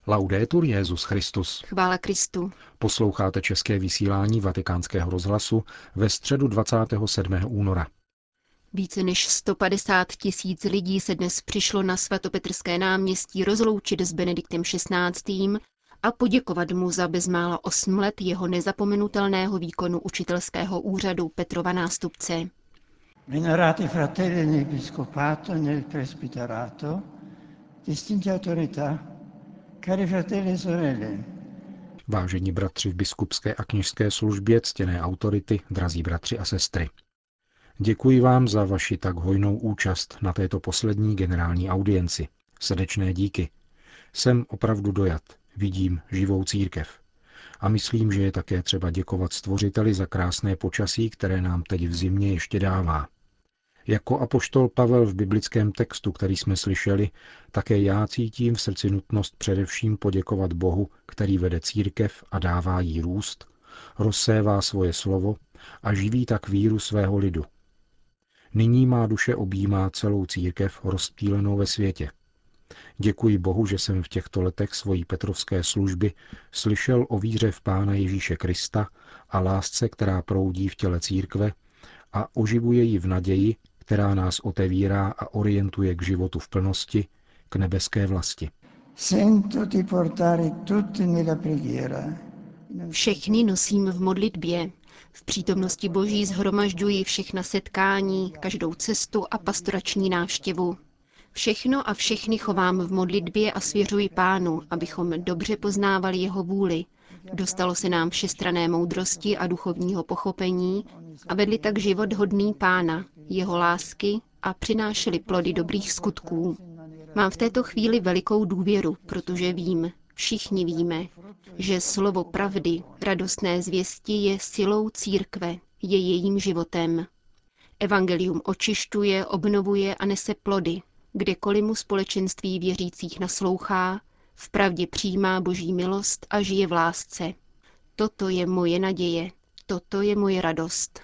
Laudetur Jesus Christus. Chvála Kristu. Posloucháte české vysílání Vatikánského rozhlasu ve středu 27. února. Více než 150 000 lidí se dnes přišlo na svatopetrské náměstí rozloučit s Benediktem XVI. A poděkovat mu za bezmála 8 let jeho nezapomenutelného výkonu učitelského úřadu Petrova nástupce. Venerati fratelli nel episcopato, nel presbyterato, distinti autorità, cari fratelli e sorelle. Vážení bratři v biskupské a kněžské službě, ctěné autority, drazí bratři a sestry. Děkuji vám za vaši tak hojnou účast na této poslední generální audienci. Srdečné díky. Jsem opravdu dojat, vidím živou církev. A myslím, že je také třeba děkovat Stvořiteli za krásné počasí, které nám teď v zimě ještě dává. Jako apoštol Pavel v biblickém textu, který jsme slyšeli, také já cítím v srdci nutnost především poděkovat Bohu, který vede církev a dává jí růst, rozsévá svoje slovo a živí tak víru svého lidu. Nyní má duše objímá celou církev rozptýlenou ve světě. Děkuji Bohu, že jsem v těchto letech svojí petrovské služby slyšel o víře v Pána Ježíše Krista a lásce, která proudí v těle církve a oživuje ji v naději, která nás otevírá a orientuje k životu v plnosti, k nebeské vlasti. Všechny nosím v modlitbě. V přítomnosti Boží shromažďuji všechna setkání, každou cestu a pastorační návštěvu. Všechno a všechny chovám v modlitbě a svěřuji Pánu, abychom dobře poznávali jeho vůli. Dostalo se nám všestranné moudrosti a duchovního pochopení a vedli tak život hodný Pána, jeho lásky a přinášeli plody dobrých skutků. Mám v této chvíli velikou důvěru, protože vím, všichni víme, že slovo pravdy, radostné zvěsti je silou církve, je jejím životem. Evangelium očišťuje, obnovuje a nese plody. Kdekoliv mu společenství věřících naslouchá, vpravdě přijímá Boží milost a žije v lásce. Toto je moje naděje, toto je moje radost.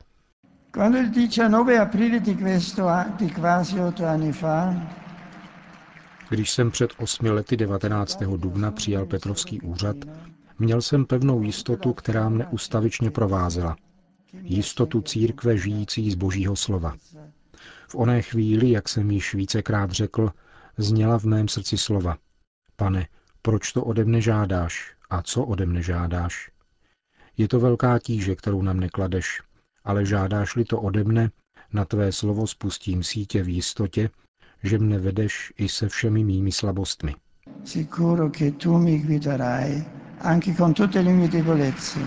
Když jsem před 8 lety 19. dubna přijal Petrovský úřad, měl jsem pevnou jistotu, která mne ustavičně provázela. Jistotu církve žijící z Božího slova. V oné chvíli, jak jsem již vícekrát řekl, zněla v mém srdci slova. Pane, proč to ode mne žádáš a co ode mne žádáš? Je to velká tíže, kterou na mne kladeš, ale žádáš-li to ode mne, na tvé slovo spustím sítě v jistotě, že mne vedeš i se všemi mými slabostmi. Sicuro che tu mi guiderai anche con tutte le mie debolezze.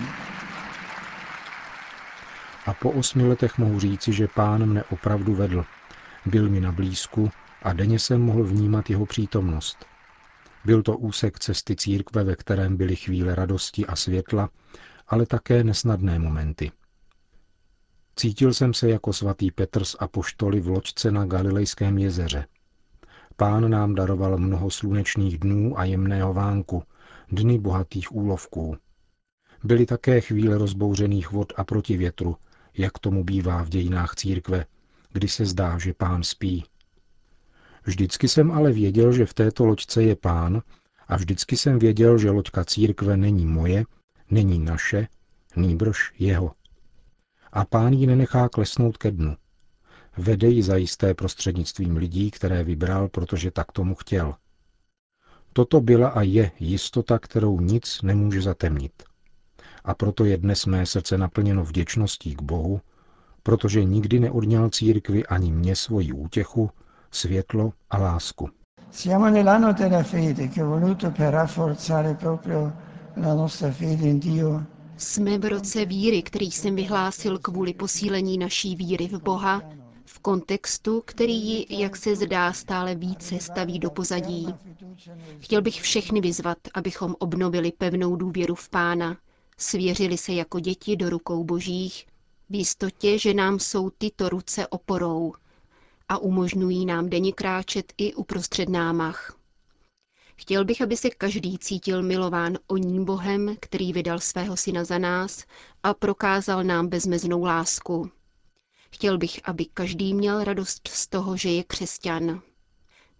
A po 8 letech mohu říci, že Pán mne opravdu vedl. Byl mi na blízku a denně jsem mohl vnímat jeho přítomnost. Byl to úsek cesty církve, ve kterém byly chvíle radosti a světla, ale také nesnadné momenty. Cítil jsem se jako svatý Petr z apoštoly v loďce na Galilejském jezeře. Pán nám daroval mnoho slunečných dnů a jemného vánku, dny bohatých úlovků. Byly také chvíle rozbouřených vod a protivětru, jak tomu bývá v dějinách církve, kdy se zdá, že Pán spí. Vždycky jsem ale věděl, že v této loďce je Pán a vždycky jsem věděl, že loďka církve není moje, není naše, nýbrž jeho. A Pán ji nenechá klesnout ke dnu. Vede ji zajisté prostřednictvím lidí, které vybral, protože tak tomu chtěl. Toto byla a je jistota, kterou nic nemůže zatemnit. A proto je dnes mé srdce naplněno vděčností k Bohu, protože nikdy neodňal církvi ani mě svoji útěchu, světlo a lásku. Siamo nell'anno della fede che ho voluto per rafforzare proprio la nostra fede in Dio. Jsme v roce víry, který jsem vyhlásil kvůli posílení naší víry v Boha, v kontextu, který ji, jak se zdá, stále více staví do pozadí. Chtěl bych všechny vyzvat, abychom obnovili pevnou důvěru v Pána, svěřili se jako děti do rukou Božích, v jistotě, že nám jsou tyto ruce oporou a umožňují nám denně kráčet i uprostřed námach. Chtěl bych, aby se každý cítil milován oním Bohem, který vydal svého syna za nás a prokázal nám bezmeznou lásku. Chtěl bych, aby každý měl radost z toho, že je křesťan.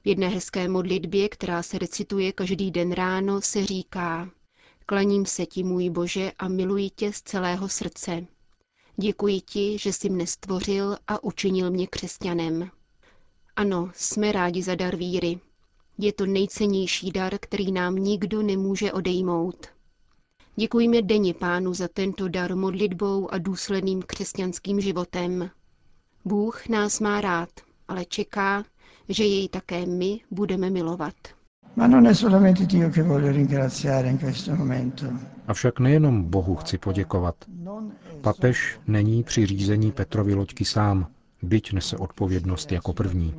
V jedné hezké modlitbě, která se recituje každý den ráno, se říká: Klaním se ti, můj Bože, a miluji tě z celého srdce. Děkuji ti, že jsi mne stvořil a učinil mě křesťanem. Ano, jsme rádi za dar víry. Je to nejcennější dar, který nám nikdo nemůže odejmout. Děkujeme denně Pánu za tento dar modlitbou a důsledným křesťanským životem. Bůh nás má rád, ale čeká, že jej také my budeme milovat. Ma non è solamente Dio che voglio ringraziare in questo momento. Avšak nejenom Bohu chci poděkovat. Papež není při řízení Petrovy loďky sám, byť nese odpovědnost jako první.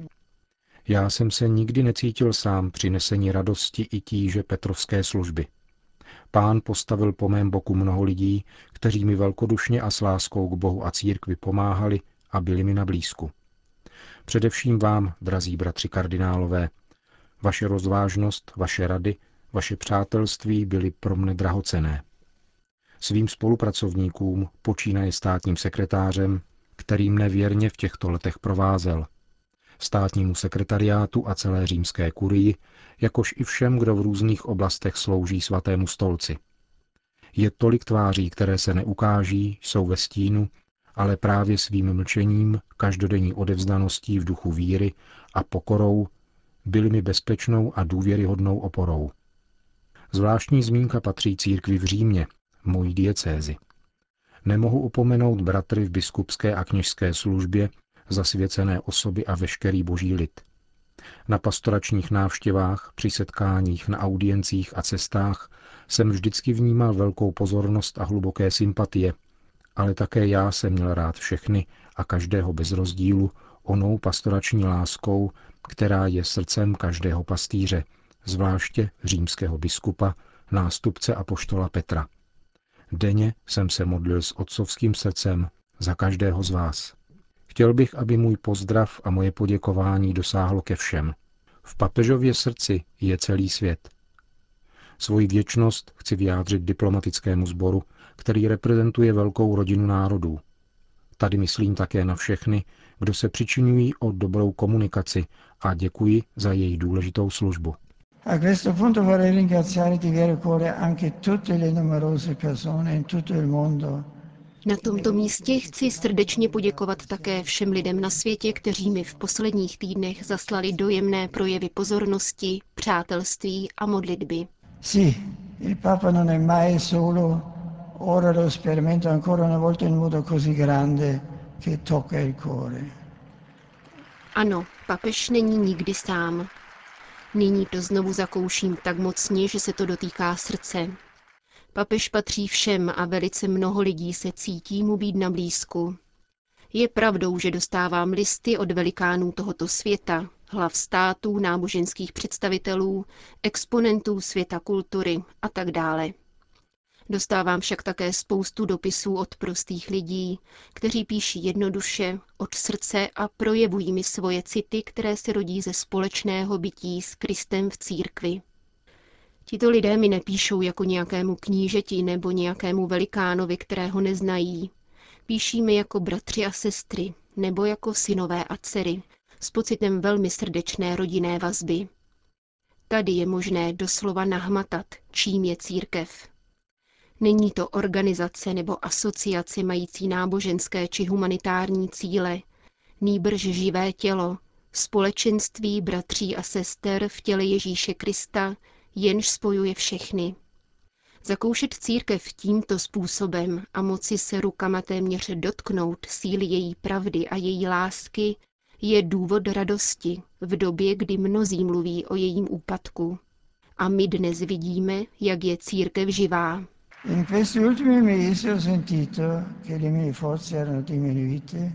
Já jsem se nikdy necítil sám při nesení radosti i tíže Petrovské služby. Pán postavil po mém boku mnoho lidí, kteří mi velkodušně a s láskou k Bohu a církvi pomáhali a byli mi na blízku. Především vám, drazí bratři kardinálové, vaše rozvážnost, vaše rady, vaše přátelství byly pro mne drahocenné. Svým spolupracovníkům, počínaje státním sekretářem, který mne věrně v těchto letech provázel, státnímu sekretariátu a celé římské kurii, jakož i všem, kdo v různých oblastech slouží svatému stolci. Je tolik tváří, které se neukáží, jsou ve stínu, ale právě svým mlčením, každodenní odevzdaností v duchu víry a pokorou byli mi bezpečnou a důvěryhodnou oporou. Zvláštní zmínka patří církvi v Římě, mojí diecézi. Nemohu opomenout bratry v biskupské a kněžské službě, zasvěcené osoby a veškerý boží lid. Na pastoračních návštěvách, při setkáních, na audiencích a cestách jsem vždycky vnímal velkou pozornost a hluboké sympatie, ale také já jsem měl rád všechny a každého bez rozdílu onou pastorační láskou, která je srdcem každého pastýře, zvláště římského biskupa, nástupce apoštola Petra. Denně jsem se modlil s otcovským srdcem za každého z vás. Chtěl bych, aby můj pozdrav a moje poděkování dosáhlo ke všem. V papežově srdci je celý svět. Svoji věčnost chci vyjádřit diplomatickému sboru, který reprezentuje velkou rodinu národů. Tady myslím také na všechny, kdo se přičiňují o dobrou komunikaci a děkuji za její důležitou službu. A questo punto vorrei ringraziare di vero cuore anche tutte le numerose persone in tutto il mondo. Na tomto místě chci srdečně poděkovat také všem lidem na světě, kteří mi v posledních týdnech zaslali dojemné projevy pozornosti, přátelství a modlitby. Sì, il Papa non è mai solo, ora lo sperimento ancora una volta in modo così grande che tocca il cuore. Ano, papež není nikdy sám. Nyní to znovu zakouším tak mocně, že se to dotýká srdce. Papež patří všem a velice mnoho lidí se cítí mu být na blízku. Je pravdou, že dostávám listy od velikánů tohoto světa, hlav států, náboženských představitelů, exponentů světa kultury a tak dále. Dostávám však také spoustu dopisů od prostých lidí, kteří píší jednoduše, od srdce a projevují mi svoje city, které se rodí ze společného bytí s Kristem v církvi. Tito lidé mi nepíšou jako nějakému knížeti nebo nějakému velikánovi, kterého neznají. Píší mi jako bratři a sestry, nebo jako synové a dcery, s pocitem velmi srdečné rodinné vazby. Tady je možné doslova nahmatat, čím je církev. Není to organizace nebo asociace mající náboženské či humanitární cíle, nýbrž živé tělo, společenství bratří a sester v těle Ježíše Krista, jenž spojuje všechny. Zakoušet církev tímto způsobem a moci se rukama téměř dotknout síly její pravdy a její lásky je důvod radosti v době, kdy mnozí mluví o jejím úpadku. A my dnes vidíme, jak je církev živá. In questi ultimi mesi ho sentito che le mie forze erano diminuite.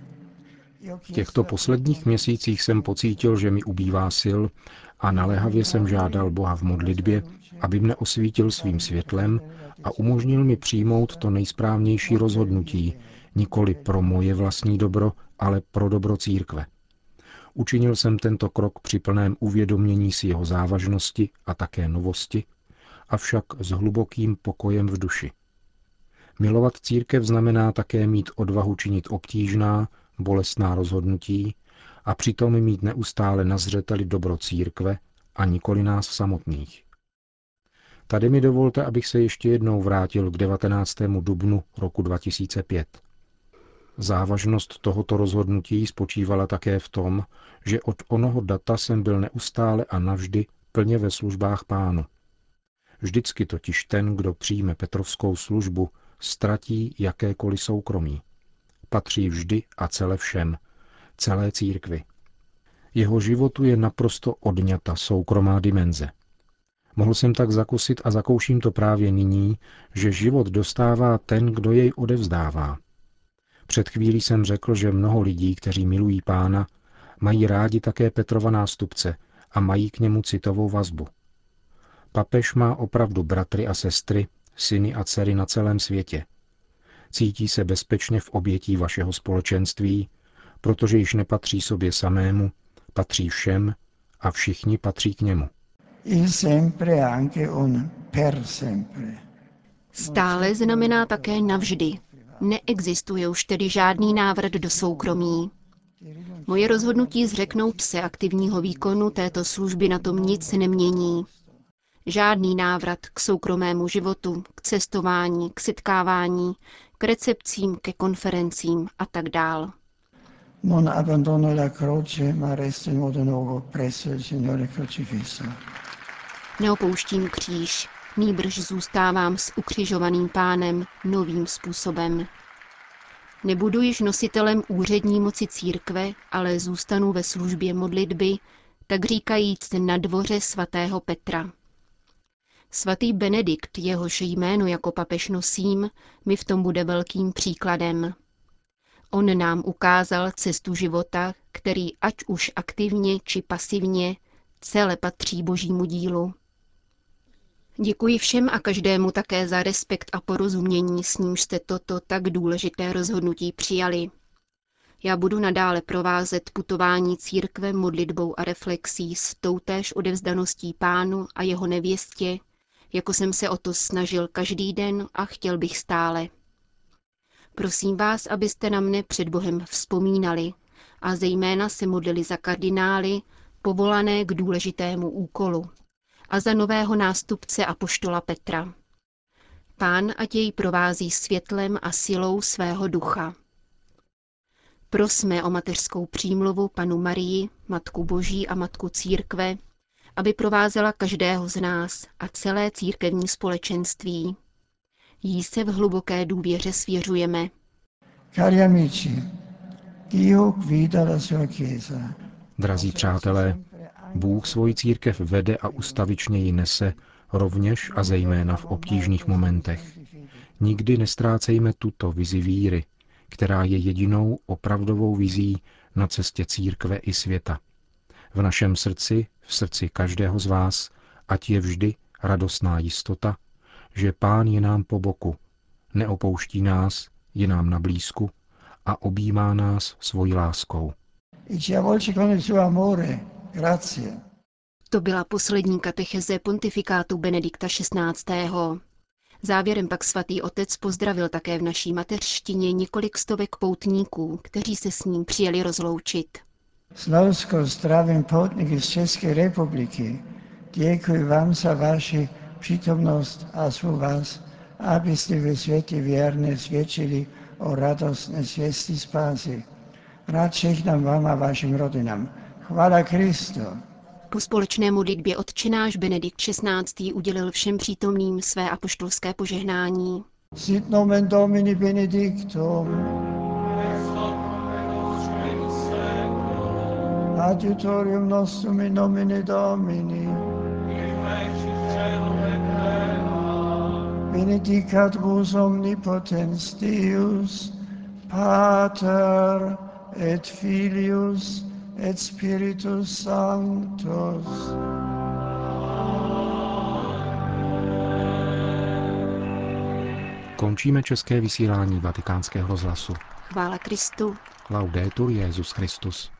V těchto posledních měsících jsem pocítil, že mi ubývá sil a naléhavě jsem žádal Boha v modlitbě, aby mne osvítil svým světlem a umožnil mi přijmout to nejsprávnější rozhodnutí, nikoli pro moje vlastní dobro, ale pro dobro církve. Učinil jsem tento krok při plném uvědomění si jeho závažnosti a také novosti, avšak s hlubokým pokojem v duši. Milovat církev znamená také mít odvahu činit obtížná, bolestná rozhodnutí a přitom mít neustále na zřeteli dobro církve a nikoli nás samotných. Tady mi dovolte, abych se ještě jednou vrátil k 19. dubnu roku 2005. Závažnost tohoto rozhodnutí spočívala také v tom, že od onoho data jsem byl neustále a navždy plně ve službách Pánu. Vždycky totiž ten, kdo přijme Petrovskou službu, ztratí jakékoliv soukromí. Patří vždy a celé všem, celé církvi. Jeho životu je naprosto odňata soukromá dimenze. Mohl jsem tak zakusit a zakouším to právě nyní, že život dostává ten, kdo jej odevzdává. Před chvílí jsem řekl, že mnoho lidí, kteří milují Pána, mají rádi také Petrova nástupce a mají k němu citovou vazbu. Papež má opravdu bratry a sestry, syny a dcery na celém světě. Cítí se bezpečně v obětí vašeho společenství, protože již nepatří sobě samému, patří všem a všichni patří k němu. Stále znamená také navždy. Neexistuje už tedy žádný návrat do soukromí. Moje rozhodnutí zřeknout se aktivního výkonu této služby na tom nic nemění. Žádný návrat k soukromému životu, k cestování, k setkávání, k recepcím, ke konferencím a tak dál. Non abbandono la croce, ma resto in modo nuovo presso il Signore crocifisso. Neopouštím kříž, nýbrž zůstávám s ukřižovaným Pánem novým způsobem. Nebudu již nositelem úřední moci církve, ale zůstanu ve službě modlitby, tak říkajíc na dvoře svatého Petra. Svatý Benedikt, jehož jméno jako papež nosím, mi v tom bude velkým příkladem. On nám ukázal cestu života, který ať už aktivně či pasivně celé patří Božímu dílu. Děkuji všem a každému také za respekt a porozumění, s nímž jste toto tak důležité rozhodnutí přijali. Já budu nadále provázet putování církve modlitbou a reflexí s toutéž odevzdaností Pánu a jeho nevěstě, jako jsem se o to snažil každý den a chtěl bych stále. Prosím vás, abyste na mne před Bohem vzpomínali a zejména se modlili za kardinály, povolané k důležitému úkolu, a za nového nástupce apoštola Petra. Pán ať jej provází světlem a silou svého ducha. Prosme o mateřskou přímluvu Panu Marii, Matku Boží a Matku církve, aby provázela každého z nás a celé církevní společenství. Jí se v hluboké důvěře svěřujeme. Cari amici, Dio guida la sua Chiesa. Drazí přátelé, Bůh svoji církev vede a ustavičně ji nese, rovněž a zejména v obtížných momentech. Nikdy nestrácejme tuto vizi víry, která je jedinou opravdovou vizí na cestě církve i světa. V našem srdci, v srdci každého z vás, ať je vždy radostná jistota, že Pán je nám po boku, neopouští nás, je nám na blízku a objímá nás svojí láskou. To byla poslední katecheze pontifikátu Benedikta XVI. Závěrem pak svatý otec pozdravil také v naší mateřštině několik stovek poutníků, kteří se s ním přijeli rozloučit. Slavsko zdravím poutníky z České republiky. Děkuji vám za vaši přítomnost a svou vás, abyste ve světě věrně svědčili o radostné zvěsti spásy. Rád všechnám vám a vašim rodinám. Chvála Kristu. Po společné modlitbě Otčenáš Benedikt XVI. Udělil všem přítomným své apoštolské požehnání. Sit nomen Domini benedictum. Adiutorium nostrum in nomine Domini. Benedicat vos omnipotens Deus, Pater et Filius et Spiritus Sanctus. Končíme české vysílání Vatikánského rozhlasu. Chvála Kristu. Laudetur Jesus Christus.